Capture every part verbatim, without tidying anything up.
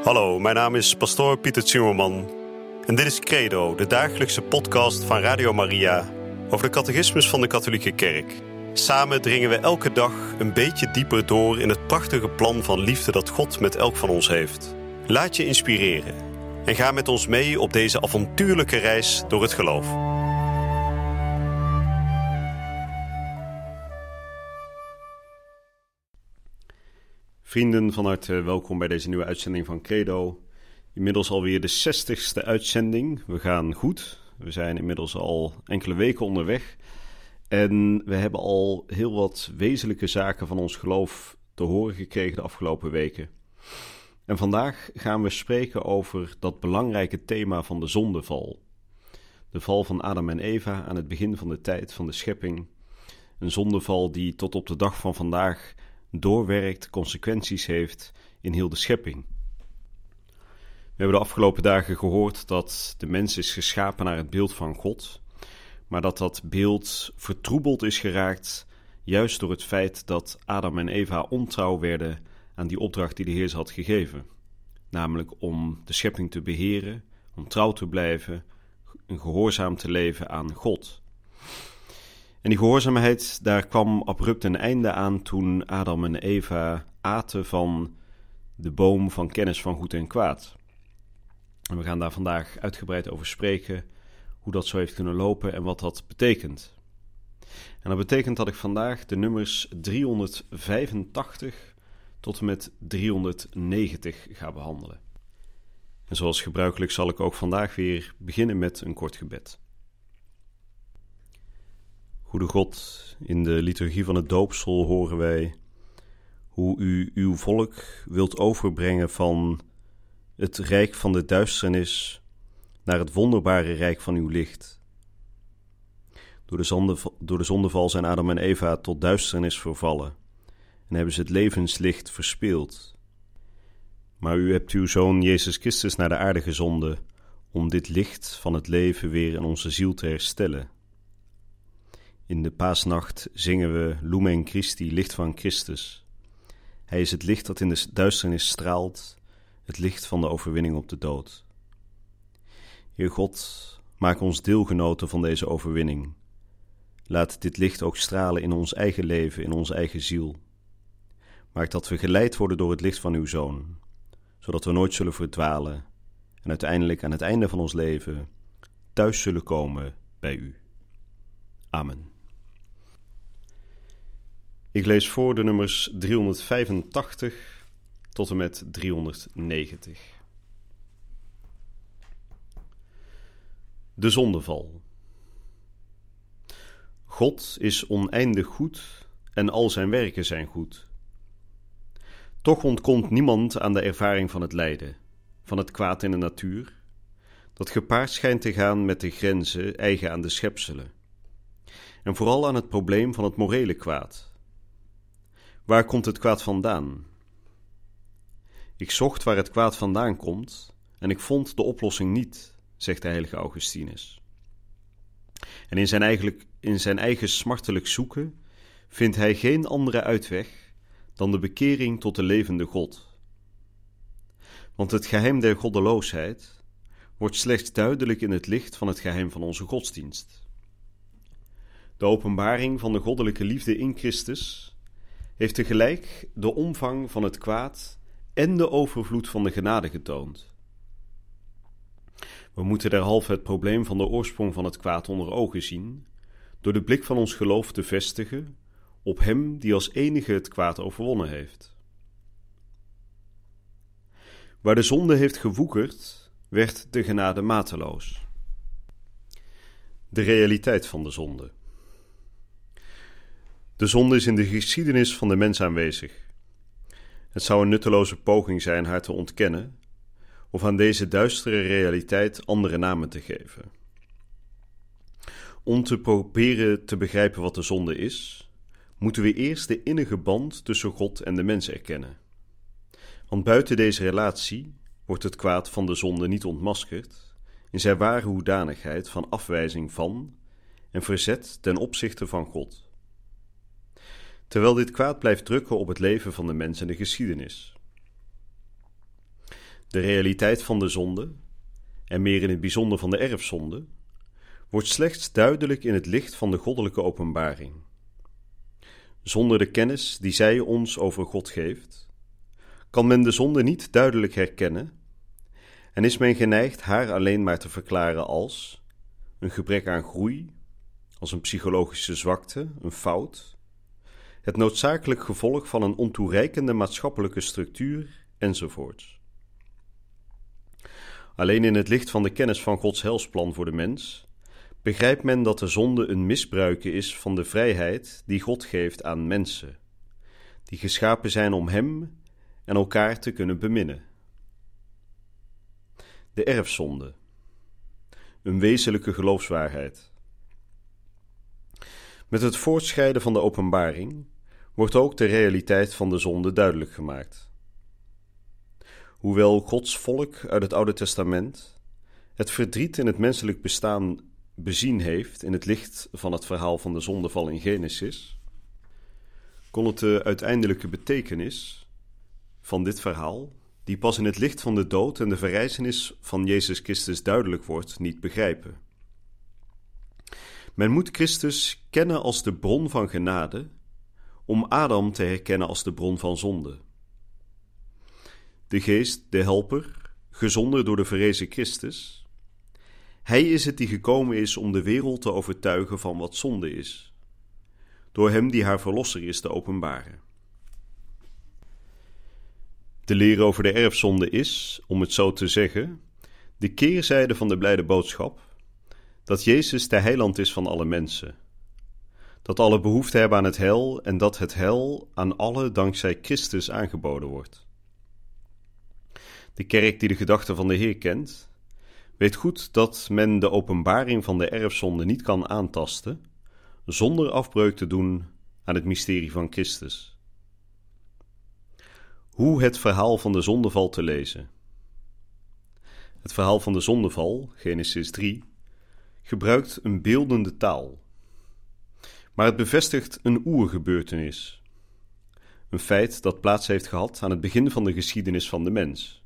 Hallo, mijn naam is pastoor Pieter Zimmerman en dit is Credo, de dagelijkse podcast van Radio Maria over de catechismus van de Katholieke Kerk. Samen dringen we elke dag een beetje dieper door in het prachtige plan van liefde dat God met elk van ons heeft. Laat je inspireren en ga met ons mee op deze avontuurlijke reis door het geloof. Vrienden, van harte welkom bij deze nieuwe uitzending van Credo. Inmiddels alweer de zestigste uitzending. We gaan goed. We zijn inmiddels al enkele weken onderweg. En we hebben al heel wat wezenlijke zaken van ons geloof te horen gekregen de afgelopen weken. En vandaag gaan we spreken over dat belangrijke thema van de zondeval. De val van Adam en Eva aan het begin van de tijd van de schepping. Een zondeval die tot op de dag van vandaag doorwerkt, consequenties heeft in heel de schepping. We hebben de afgelopen dagen gehoord dat de mens is geschapen naar het beeld van God, maar dat dat beeld vertroebeld is geraakt, juist door het feit dat Adam en Eva ontrouw werden aan die opdracht die de Heer had gegeven. Namelijk om de schepping te beheren, om trouw te blijven, en gehoorzaam te leven aan God. En die gehoorzaamheid, daar kwam abrupt een einde aan toen Adam en Eva aten van de boom van kennis van goed en kwaad. En we gaan daar vandaag uitgebreid over spreken, hoe dat zo heeft kunnen lopen en wat dat betekent. En dat betekent dat ik vandaag de nummers driehonderdvijfentachtig tot en met driehonderdnegentig ga behandelen. En zoals gebruikelijk zal ik ook vandaag weer beginnen met een kort gebed. Goede God, in de liturgie van het doopsel horen wij hoe u uw volk wilt overbrengen van het rijk van de duisternis naar het wonderbare rijk van uw licht. Door de, zonde, door de zondeval zijn Adam en Eva tot duisternis vervallen en hebben ze het levenslicht verspeeld. Maar u hebt uw Zoon Jezus Christus naar de aarde gezonden om dit licht van het leven weer in onze ziel te herstellen. In de paasnacht zingen we Lumen Christi, licht van Christus. Hij is het licht dat in de duisternis straalt, het licht van de overwinning op de dood. Heer God, maak ons deelgenoten van deze overwinning. Laat dit licht ook stralen in ons eigen leven, in onze eigen ziel. Maak dat we geleid worden door het licht van uw Zoon, zodat we nooit zullen verdwalen en uiteindelijk aan het einde van ons leven thuis zullen komen bij u. Amen. Ik lees voor de nummers driehonderdvijfentachtig tot en met driehonderdnegentig. De zondeval. God is oneindig goed en al zijn werken zijn goed. Toch ontkomt niemand aan de ervaring van het lijden, van het kwaad in de natuur, dat gepaard schijnt te gaan met de grenzen eigen aan de schepselen. En vooral aan het probleem van het morele kwaad. Waar komt het kwaad vandaan? Ik zocht waar het kwaad vandaan komt en ik vond de oplossing niet, zegt de heilige Augustinus. En in zijn, eigenlijk, in zijn eigen smartelijk zoeken vindt hij geen andere uitweg dan de bekering tot de levende God. Want het geheim der goddeloosheid wordt slechts duidelijk in het licht van het geheim van onze godsdienst. De openbaring van de goddelijke liefde in Christus heeft tegelijk de omvang van het kwaad en de overvloed van de genade getoond. We moeten derhalve het probleem van de oorsprong van het kwaad onder ogen zien, door de blik van ons geloof te vestigen op hem die als enige het kwaad overwonnen heeft. Waar de zonde heeft gewoekerd, werd de genade mateloos. De realiteit van de zonde. De zonde is in de geschiedenis van de mens aanwezig. Het zou een nutteloze poging zijn haar te ontkennen of aan deze duistere realiteit andere namen te geven. Om te proberen te begrijpen wat de zonde is, moeten we eerst de innige band tussen God en de mens erkennen. Want buiten deze relatie wordt het kwaad van de zonde niet ontmaskerd in zijn ware hoedanigheid van afwijzing van en verzet ten opzichte van God. Terwijl dit kwaad blijft drukken op het leven van de mens en de geschiedenis. De realiteit van de zonde, en meer in het bijzonder van de erfzonde, wordt slechts duidelijk in het licht van de goddelijke openbaring. Zonder de kennis die zij ons over God geeft, kan men de zonde niet duidelijk herkennen en is men geneigd haar alleen maar te verklaren als een gebrek aan groei, als een psychologische zwakte, een fout, het noodzakelijk gevolg van een ontoereikende maatschappelijke structuur enzovoorts. Alleen in het licht van de kennis van Gods helsplan voor de mens begrijpt men dat de zonde een misbruiken is van de vrijheid die God geeft aan mensen, die geschapen zijn om Hem en elkaar te kunnen beminnen. De erfzonde, een wezenlijke geloofswaarheid. Met het voortschrijden van de openbaring wordt ook de realiteit van de zonde duidelijk gemaakt. Hoewel Gods volk uit het Oude Testament het verdriet in het menselijk bestaan bezien heeft in het licht van het verhaal van de zondeval in Genesis, kon het de uiteindelijke betekenis van dit verhaal, die pas in het licht van de dood en de verrijzenis van Jezus Christus duidelijk wordt, niet begrijpen. Men moet Christus kennen als de bron van genade, om Adam te herkennen als de bron van zonde. De geest, de helper, gezonden door de verrezen Christus, hij is het die gekomen is om de wereld te overtuigen van wat zonde is, door hem die haar verlosser is te openbaren. De leer over de erfzonde is, om het zo te zeggen, de keerzijde van de blijde boodschap, dat Jezus de heiland is van alle mensen, dat alle behoefte hebben aan het heil en dat het heil aan alle dankzij Christus aangeboden wordt. De kerk die de gedachten van de Heer kent, weet goed dat men de openbaring van de erfzonde niet kan aantasten, zonder afbreuk te doen aan het mysterie van Christus. Hoe het verhaal van de zondeval te lezen. Het verhaal van de zondeval, Genesis drie, gebruikt een beeldende taal. Maar het bevestigt een oergebeurtenis. Een feit dat plaats heeft gehad aan het begin van de geschiedenis van de mens.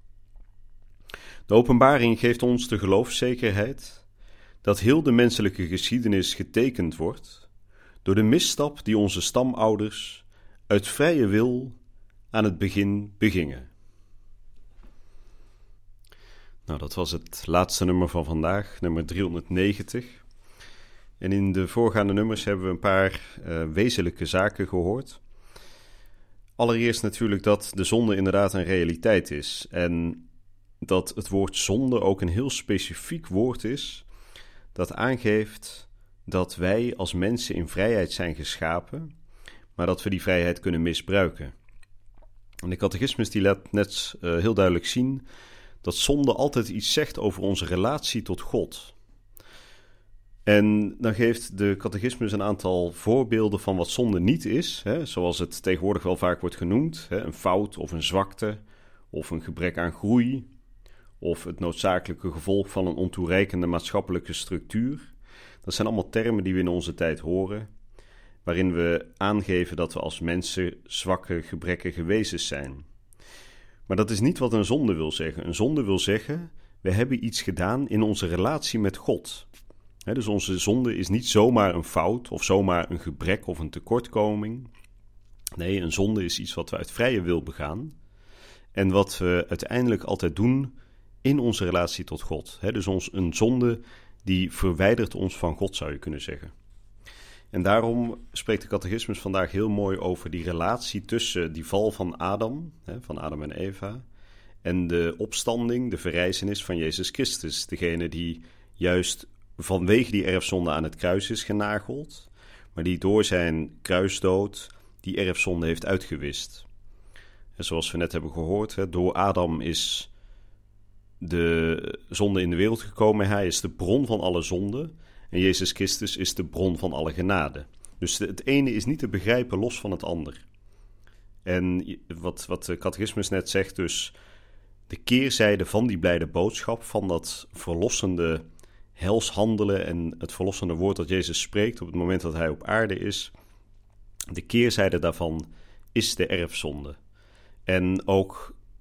De openbaring geeft ons de geloofszekerheid dat heel de menselijke geschiedenis getekend wordt door de misstap die onze stamouders uit vrije wil aan het begin begingen. Nou, dat was het laatste nummer van vandaag, nummer driehonderdnegentig. En in de voorgaande nummers hebben we een paar uh, wezenlijke zaken gehoord. Allereerst natuurlijk dat de zonde inderdaad een realiteit is en dat het woord zonde ook een heel specifiek woord is dat aangeeft dat wij als mensen in vrijheid zijn geschapen, maar dat we die vrijheid kunnen misbruiken. En de catechismus die laat net uh, heel duidelijk zien dat zonde altijd iets zegt over onze relatie tot God. En dan geeft de catechismus een aantal voorbeelden van wat zonde niet is, hè, zoals het tegenwoordig wel vaak wordt genoemd, hè, een fout of een zwakte, of een gebrek aan groei, of het noodzakelijke gevolg van een ontoereikende maatschappelijke structuur. Dat zijn allemaal termen die we in onze tijd horen, waarin we aangeven dat we als mensen zwakke, gebrekkige wezens zijn. Maar dat is niet wat een zonde wil zeggen. Een zonde wil zeggen, we hebben iets gedaan in onze relatie met God. He, dus onze zonde is niet zomaar een fout of zomaar een gebrek of een tekortkoming. Nee, een zonde is iets wat we uit vrije wil begaan en wat we uiteindelijk altijd doen in onze relatie tot God. He, dus ons, een zonde die verwijdert ons van God, zou je kunnen zeggen. En daarom spreekt de catechismus vandaag heel mooi over die relatie tussen die val van Adam, hè, van Adam en Eva, en de opstanding, de verrijzenis van Jezus Christus. Degene die juist vanwege die erfzonde aan het kruis is genageld, maar die door zijn kruisdood die erfzonde heeft uitgewist. En zoals we net hebben gehoord, hè, door Adam is de zonde in de wereld gekomen. Hij is de bron van alle zonde. En Jezus Christus is de bron van alle genade. Dus het ene is niet te begrijpen los van het ander. En wat, wat de catechismus net zegt, dus de keerzijde van die blijde boodschap, van dat verlossende helshandelen en het verlossende woord dat Jezus spreekt op het moment dat hij op aarde is, de keerzijde daarvan is de erfzonde. En ook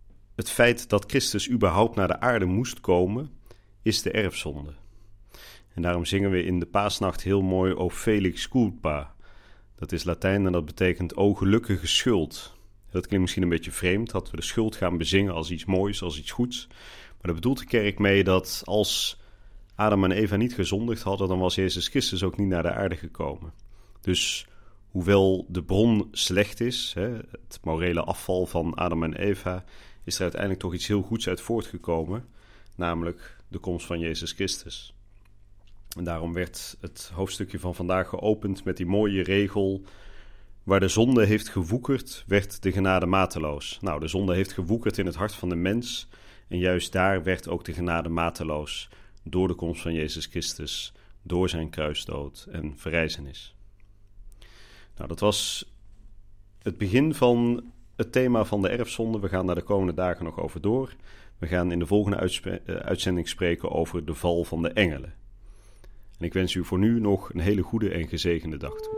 het feit dat Christus überhaupt naar de aarde moest komen, is de erfzonde. En daarom zingen we in de paasnacht heel mooi O Felix culpa. Dat is Latijn en dat betekent O gelukkige schuld. Dat klinkt misschien een beetje vreemd, dat we de schuld gaan bezingen als iets moois, als iets goeds. Maar daar bedoelt de kerk mee dat als Adam en Eva niet gezondigd hadden, dan was Jezus Christus ook niet naar de aarde gekomen. Dus hoewel de bron slecht is, hè, het morele afval van Adam en Eva, is er uiteindelijk toch iets heel goeds uit voortgekomen, namelijk de komst van Jezus Christus. En daarom werd het hoofdstukje van vandaag geopend met die mooie regel: waar de zonde heeft gewoekerd, werd de genade mateloos. Nou, de zonde heeft gewoekerd in het hart van de mens en juist daar werd ook de genade mateloos door de komst van Jezus Christus, door zijn kruisdood en verrijzenis. Nou, dat was het begin van het thema van de erfzonde. We gaan daar de komende dagen nog over door. We gaan in de volgende uitspe- uitzending spreken over de val van de engelen. En ik wens u voor nu nog een hele goede en gezegende dag toe.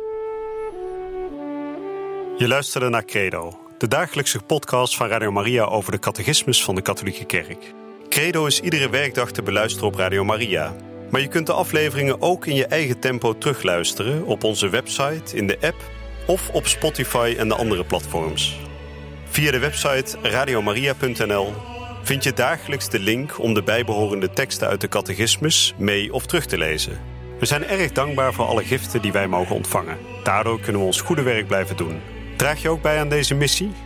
Je luisterde naar Credo, de dagelijkse podcast van Radio Maria over de catechismus van de Katholieke Kerk. Credo is iedere werkdag te beluisteren op Radio Maria. Maar je kunt de afleveringen ook in je eigen tempo terugluisteren op onze website, in de app of op Spotify en de andere platforms. Via de website radiomaria punt n l vind je dagelijks de link om de bijbehorende teksten uit de catechismus mee of terug te lezen. We zijn erg dankbaar voor alle giften die wij mogen ontvangen. Daardoor kunnen we ons goede werk blijven doen. Draag je ook bij aan deze missie?